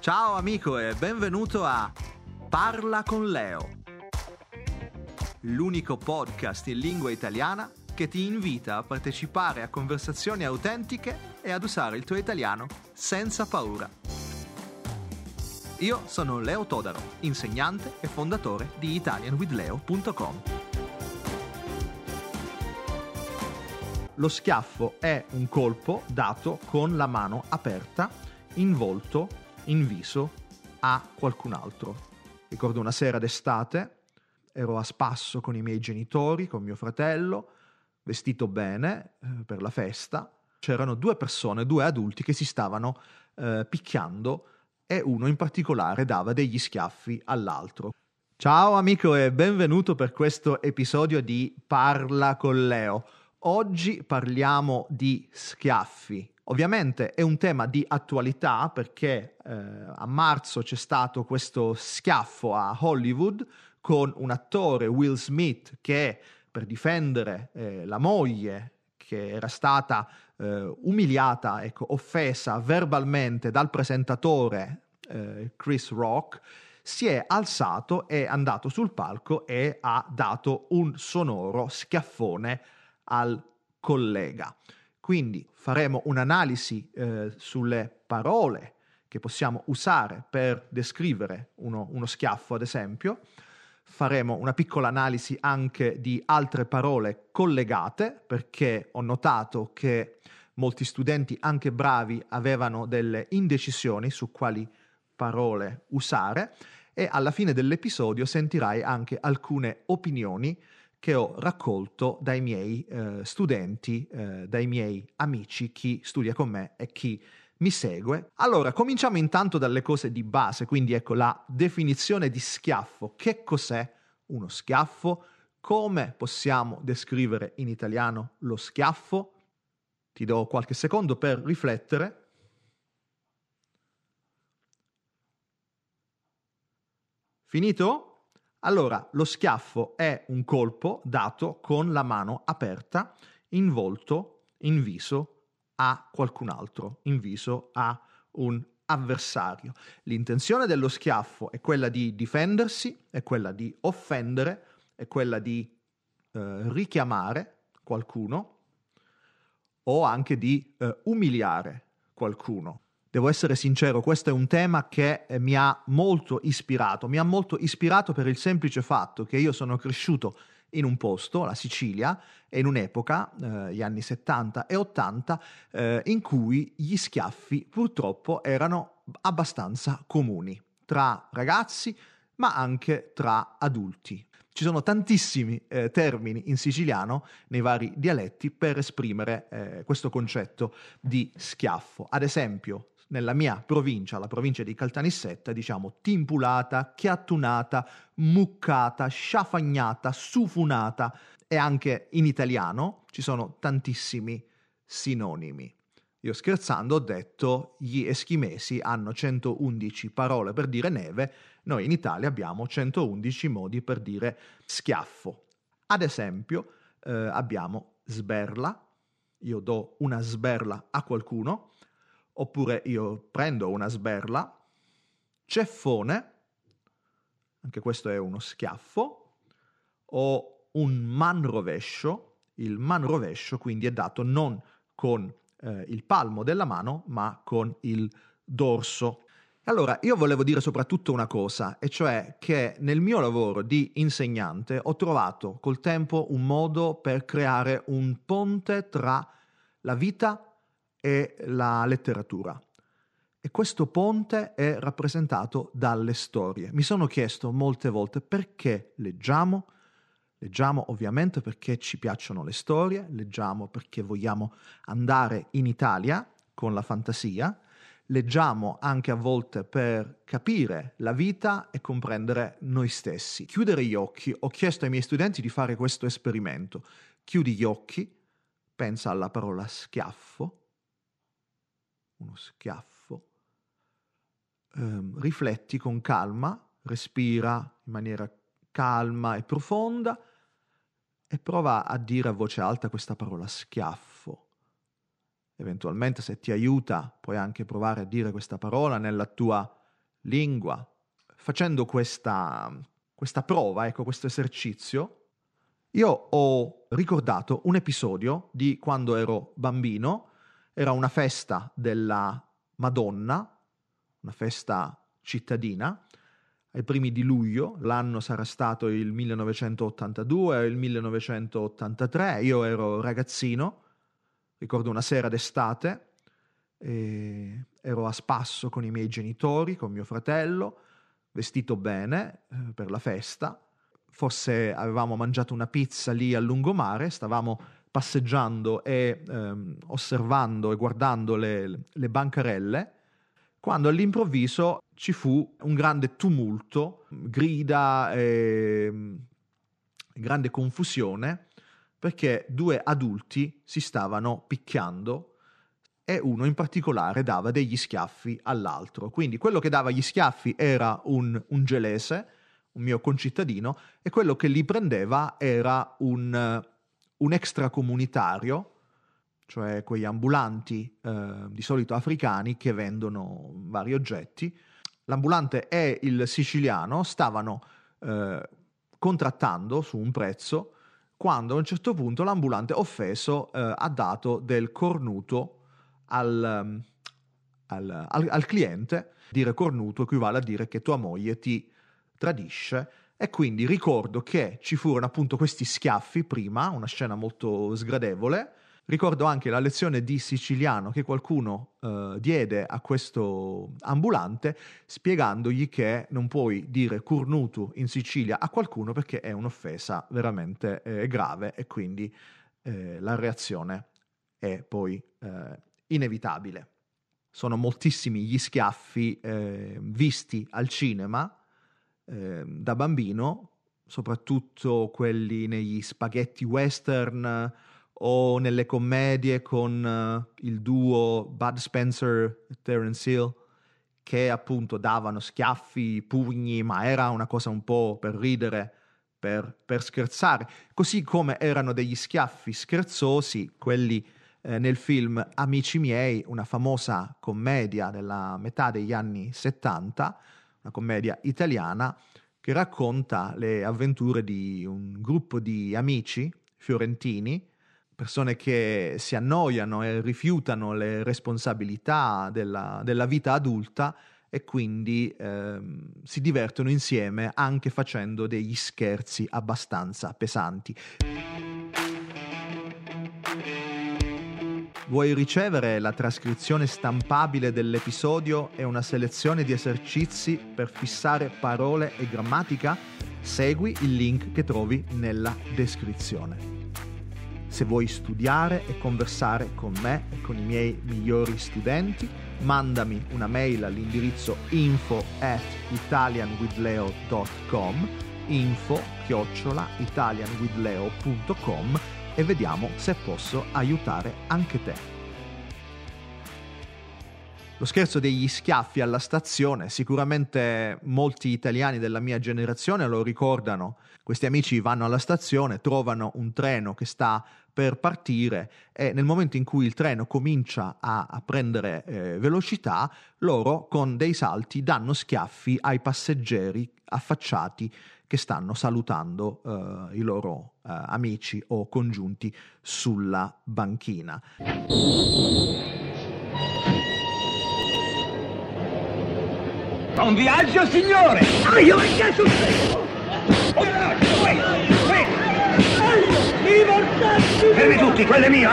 Ciao amico e benvenuto a Parla con Leo, l'unico podcast in lingua italiana che ti invita a partecipare a conversazioni autentiche e ad usare il tuo italiano senza paura. Io sono Leo Todaro, insegnante e fondatore di italianwithleo.com. Lo schiaffo è un colpo dato con la mano aperta in volto, in viso a qualcun altro. Ricordo una sera d'estate, ero a spasso con i miei genitori, con mio fratello, vestito bene per la festa. C'erano due persone, due adulti che si stavano picchiando e uno in particolare dava degli schiaffi all'altro. Ciao amico e benvenuto per questo episodio di Parla con Leo. Oggi parliamo di schiaffi. Ovviamente è un tema di attualità perché a marzo c'è stato questo schiaffo a Hollywood con un attore, Will Smith, che per difendere la moglie che era stata umiliata, offesa verbalmente dal presentatore Chris Rock, si è alzato, è andato sul palco e ha dato un sonoro schiaffone al collega. Quindi faremo un'analisi sulle parole che possiamo usare per descrivere uno schiaffo, ad esempio. Faremo una piccola analisi anche di altre parole collegate, perché ho notato che molti studenti, anche bravi, avevano delle indecisioni su quali parole usare, e alla fine dell'episodio sentirai anche alcune opinioni che ho raccolto dai miei studenti, dai miei amici, chi studia con me e chi mi segue. Allora, cominciamo intanto dalle cose di base, quindi ecco la definizione di schiaffo. Che cos'è uno schiaffo? Come possiamo descrivere in italiano lo schiaffo? Ti do qualche secondo per riflettere. Finito? Allora, lo schiaffo è un colpo dato con la mano aperta in volto, in viso a qualcun altro, in viso a un avversario. L'intenzione dello schiaffo è quella di difendersi, è quella di offendere, è quella di richiamare qualcuno o anche di umiliare qualcuno. Devo essere sincero, questo è un tema che mi ha molto ispirato. Mi ha molto ispirato per il semplice fatto che io sono cresciuto in un posto, la Sicilia, e in un'epoca, gli anni 70 e 80, in cui gli schiaffi purtroppo erano abbastanza comuni tra ragazzi, ma anche tra adulti. Ci sono tantissimi termini in siciliano, nei vari dialetti, per esprimere questo concetto di schiaffo. Ad esempio, nella mia provincia, la provincia di Caltanissetta, diciamo timpulata, chiattunata, muccata, sciafagnata, sufunata, e anche in italiano ci sono tantissimi sinonimi. Io scherzando ho detto gli eschimesi hanno 111 parole per dire neve, noi in Italia abbiamo 111 modi per dire schiaffo. Ad esempio abbiamo sberla, io do una sberla a qualcuno, oppure io prendo una sberla, ceffone, anche questo è uno schiaffo, o un manrovescio. Il manrovescio quindi è dato non con il palmo della mano, ma con il dorso. Allora, io volevo dire soprattutto una cosa, e cioè che nel mio lavoro di insegnante ho trovato col tempo un modo per creare un ponte tra la vita e la letteratura. E questo ponte è rappresentato dalle storie. Mi sono chiesto molte volte perché leggiamo. Leggiamo ovviamente perché ci piacciono le storie, leggiamo perché vogliamo andare in Italia con la fantasia, leggiamo anche a volte per capire la vita e comprendere noi stessi. Chiudere gli occhi, ho chiesto ai miei studenti di fare questo esperimento. Chiudi gli occhi, pensa alla parola schiaffo, uno schiaffo, rifletti con calma, respira in maniera calma e profonda e prova a dire a voce alta questa parola schiaffo. Eventualmente, se ti aiuta, puoi anche provare a dire questa parola nella tua lingua. Facendo questa prova, ecco, questo esercizio, io ho ricordato un episodio di quando ero bambino. Era una festa della Madonna, una festa cittadina, ai primi di luglio. L'anno sarà stato il 1982 o il 1983. Io ero ragazzino, ricordo una sera d'estate, e ero a spasso con i miei genitori, con mio fratello, vestito bene per la festa. Forse avevamo mangiato una pizza lì al lungomare, stavamo passeggiando e osservando e guardando le bancarelle, quando all'improvviso ci fu un grande tumulto, grida e grande confusione, perché due adulti si stavano picchiando e uno in particolare dava degli schiaffi all'altro. Quindi quello che dava gli schiaffi era un gelese, un mio concittadino, e quello che li prendeva era un extracomunitario, cioè quegli ambulanti di solito africani che vendono vari oggetti. L'ambulante e il siciliano stavano contrattando su un prezzo, quando a un certo punto l'ambulante offeso ha dato del cornuto al cliente. Dire cornuto equivale a dire che tua moglie ti tradisce, e quindi ricordo che ci furono appunto questi schiaffi prima, una scena molto sgradevole. Ricordo anche la lezione di siciliano che qualcuno diede a questo ambulante, spiegandogli che non puoi dire cornuto in Sicilia a qualcuno perché è un'offesa veramente grave, e quindi la reazione è poi inevitabile. Sono moltissimi gli schiaffi visti al cinema da bambino, soprattutto quelli negli spaghetti western o nelle commedie con il duo Bud Spencer e Terence Hill, che appunto davano schiaffi, pugni, ma era una cosa un po' per ridere, per scherzare, così come erano degli schiaffi scherzosi quelli nel film Amici miei, una famosa commedia della metà degli anni 70, una commedia italiana che racconta le avventure di un gruppo di amici fiorentini, persone che si annoiano e rifiutano le responsabilità della vita adulta, e quindi si divertono insieme anche facendo degli scherzi abbastanza pesanti. Vuoi ricevere la trascrizione stampabile dell'episodio e una selezione di esercizi per fissare parole e grammatica? Segui il link che trovi nella descrizione. Se vuoi studiare e conversare con me e con i miei migliori studenti, mandami una mail all'indirizzo info@italianwithleo.com, info@italianwithleo.com, e vediamo se posso aiutare anche te. Lo scherzo degli schiaffi alla stazione, sicuramente molti italiani della mia generazione lo ricordano. Questi amici vanno alla stazione, trovano un treno che sta per partire, e nel momento in cui il treno comincia a prendere velocità, loro con dei salti danno schiaffi ai passeggeri affacciati che stanno salutando i loro amici o congiunti sulla banchina. Buon viaggio, signore! Io che successo? Fermi tutti, quello è mio,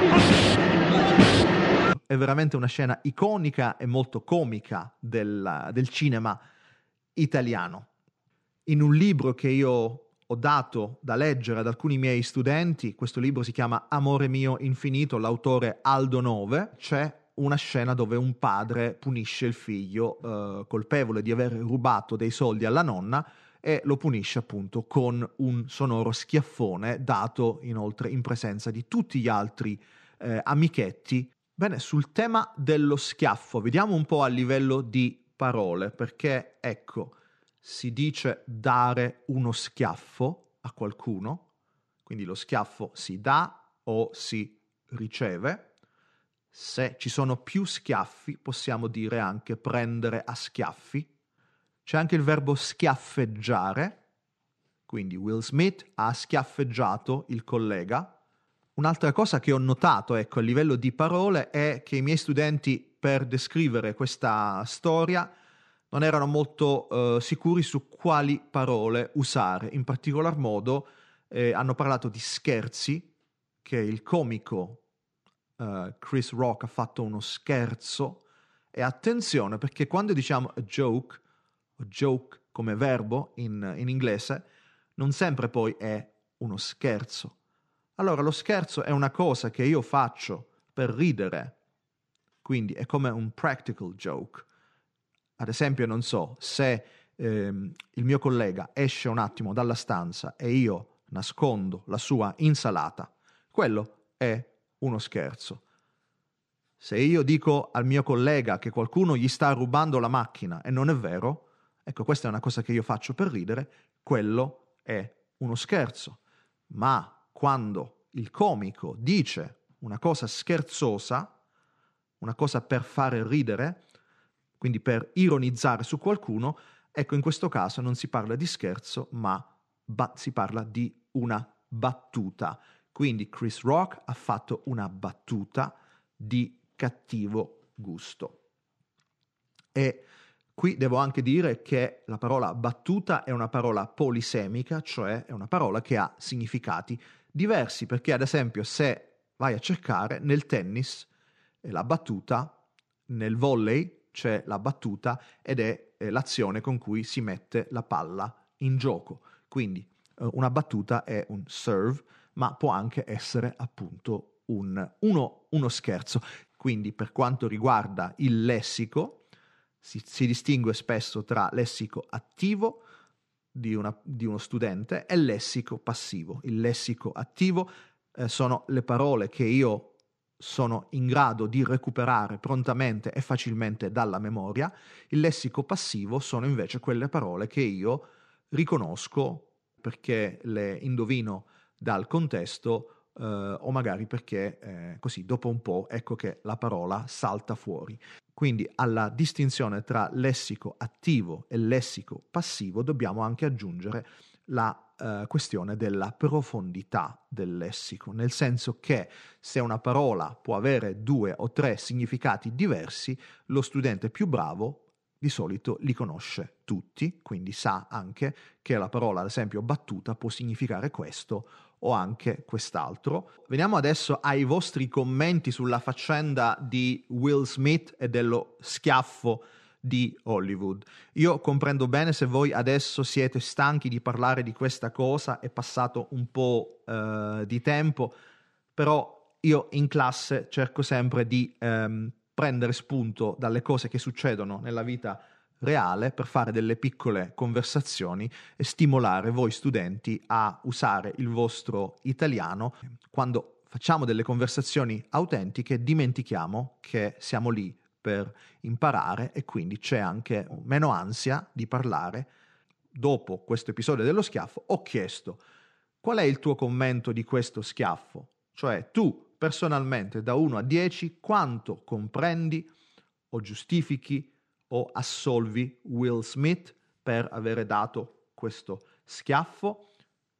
È veramente una scena iconica e molto comica del cinema italiano. In un libro che io ho dato da leggere ad alcuni miei studenti, questo libro si chiama Amore mio infinito, l'autore Aldo Nove, c'è una scena dove un padre punisce il figlio colpevole di aver rubato dei soldi alla nonna, e lo punisce appunto con un sonoro schiaffone dato inoltre in presenza di tutti gli altri amichetti. Bene, sul tema dello schiaffo vediamo un po' a livello di parole, perché ecco, si dice dare uno schiaffo a qualcuno, quindi lo schiaffo si dà o si riceve. Se ci sono più schiaffi possiamo dire anche prendere a schiaffi, C'è anche il verbo schiaffeggiare, quindi Will Smith ha schiaffeggiato il collega. Un'altra cosa che ho notato, ecco, a livello di parole è che i miei studenti, per descrivere questa storia, non erano molto sicuri su quali parole usare. In particolar modo hanno parlato di scherzi, che il comico Chris Rock ha fatto uno scherzo. E attenzione, perché quando diciamo a joke, o joke come verbo in inglese, non sempre poi è uno scherzo. Allora, lo scherzo è una cosa che io faccio per ridere, quindi è come un practical joke. Ad esempio, non so, se il mio collega esce un attimo dalla stanza e io nascondo la sua insalata, quello è uno scherzo. Se io dico al mio collega che qualcuno gli sta rubando la macchina e non è vero, ecco, questa è una cosa che io faccio per ridere, quello è uno scherzo. Ma quando il comico dice una cosa scherzosa, una cosa per fare ridere, quindi per ironizzare su qualcuno, ecco, in questo caso non si parla di scherzo, ma si parla di una battuta. Quindi Chris Rock ha fatto una battuta di cattivo gusto. E qui devo anche dire che la parola battuta è una parola polisemica, cioè è una parola che ha significati diversi, perché ad esempio se vai a cercare nel tennis la battuta, nel volley c'è la battuta ed è l'azione con cui si mette la palla in gioco. Quindi una battuta è un serve, ma può anche essere appunto uno scherzo. Quindi per quanto riguarda il lessico, si distingue spesso tra lessico attivo di uno studente e lessico passivo. Il lessico attivo sono le parole che io sono in grado di recuperare prontamente e facilmente dalla memoria. Il lessico passivo sono invece quelle parole che io riconosco perché le indovino dal contesto o magari perché così dopo un po' ecco che la parola salta fuori. Quindi alla distinzione tra lessico attivo e lessico passivo dobbiamo anche aggiungere la questione della profondità del lessico, nel senso che se una parola può avere 2 o 3 significati diversi, lo studente più bravo di solito li conosce tutti, quindi sa anche che la parola, ad esempio, battuta può significare questo o anche quest'altro. Veniamo adesso ai vostri commenti sulla faccenda di Will Smith e dello schiaffo di Hollywood. Io comprendo bene se voi adesso siete stanchi di parlare di questa cosa, è passato un po' di tempo, però io in classe cerco sempre di prendere spunto dalle cose che succedono nella vita reale per fare delle piccole conversazioni e stimolare voi studenti a usare il vostro italiano. Quando facciamo delle conversazioni autentiche dimentichiamo che siamo lì per imparare e quindi c'è anche meno ansia di parlare. Dopo questo episodio dello schiaffo ho chiesto: qual è il tuo commento di questo schiaffo? Cioè tu personalmente da 1 a 10 quanto comprendi o giustifichi o assolvi Will Smith per avere dato questo schiaffo?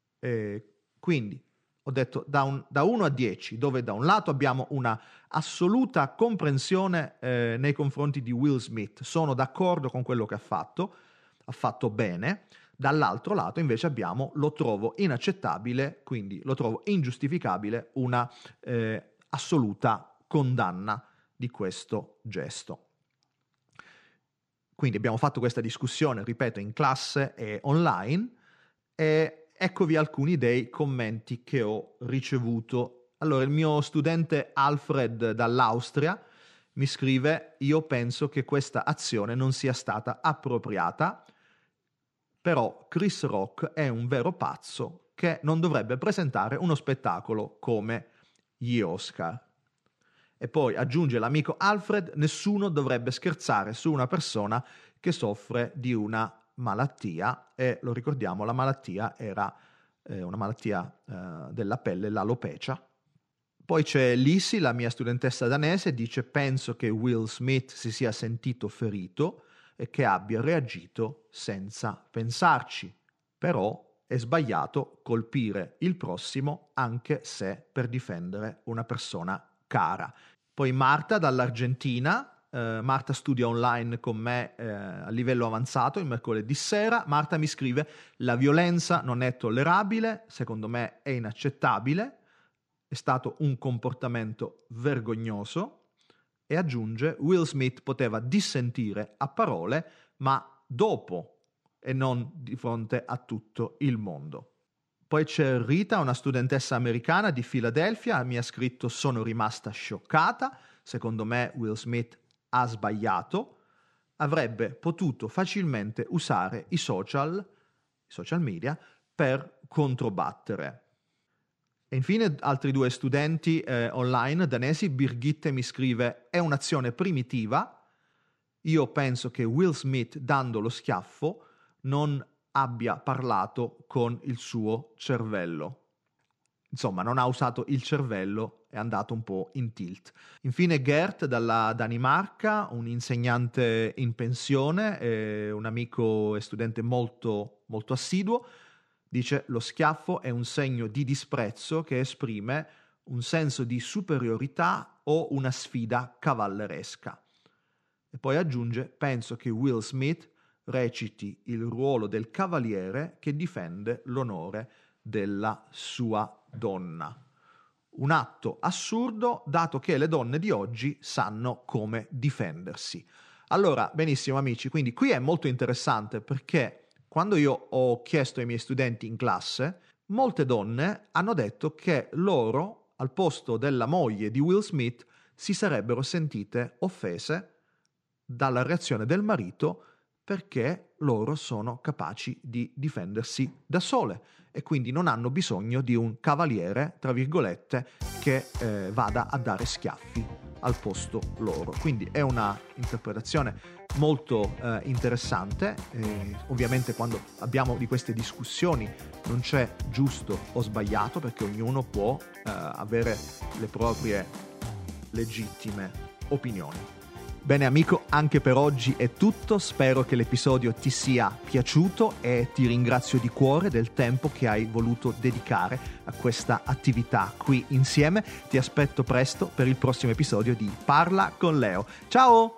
Quindi ho detto da 1 a 10, dove da un lato abbiamo una assoluta comprensione nei confronti di Will Smith, sono d'accordo con quello che ha fatto bene. Dall'altro lato invece abbiamo lo trovo inaccettabile, quindi lo trovo ingiustificabile, una assoluta condanna di questo gesto. Quindi abbiamo fatto questa discussione, ripeto, in classe e online, e eccovi alcuni dei commenti che ho ricevuto. Allora, il mio studente Alfred dall'Austria mi scrive: io penso che questa azione non sia stata appropriata, però Chris Rock è un vero pazzo che non dovrebbe presentare uno spettacolo come gli Oscar. E poi aggiunge l'amico Alfred: nessuno dovrebbe scherzare su una persona che soffre di una malattia, e lo ricordiamo, la malattia era una malattia della pelle, l'alopecia. Poi c'è Lisi, la mia studentessa danese, dice: penso che Will Smith si sia sentito ferito e che abbia reagito senza pensarci. Però è sbagliato colpire il prossimo anche se per difendere una persona cara. Poi Marta dall'Argentina. Marta studia online con me a livello avanzato il mercoledì sera. Marta mi scrive: la violenza non è tollerabile, secondo me è inaccettabile, è stato un comportamento vergognoso, e aggiunge: Will Smith poteva dissentire a parole, ma dopo e non di fronte a tutto il mondo. Poi c'è Rita, una studentessa americana di Filadelfia, mi ha scritto: sono rimasta scioccata, secondo me Will Smith ha sbagliato, avrebbe potuto facilmente usare i social media per controbattere. E infine altri 2 studenti online danesi. Birgitte mi scrive: è un'azione primitiva, io penso che Will Smith, dando lo schiaffo, non abbia parlato con il suo cervello. Insomma, non ha usato il cervello, è andato un po' in tilt. Infine Gert dalla Danimarca, un insegnante in pensione, un amico e studente molto, molto assiduo, dice: lo schiaffo è un segno di disprezzo che esprime un senso di superiorità o una sfida cavalleresca. E poi aggiunge: penso che Will Smith reciti il ruolo del cavaliere che difende l'onore della sua donna. Un atto assurdo, dato che le donne di oggi sanno come difendersi. Allora, benissimo amici, quindi qui è molto interessante, perché quando io ho chiesto ai miei studenti in classe, molte donne hanno detto che loro, al posto della moglie di Will Smith, si sarebbero sentite offese dalla reazione del marito, perché loro sono capaci di difendersi da sole e quindi non hanno bisogno di un cavaliere, tra virgolette, che vada a dare schiaffi al posto loro. Quindi è una interpretazione molto interessante. Ovviamente quando abbiamo di queste discussioni non c'è giusto o sbagliato, perché ognuno può avere le proprie legittime opinioni. Bene amico, anche per oggi è tutto, spero che l'episodio ti sia piaciuto e ti ringrazio di cuore del tempo che hai voluto dedicare a questa attività qui insieme. Ti aspetto presto per il prossimo episodio di Parla con Leo. Ciao!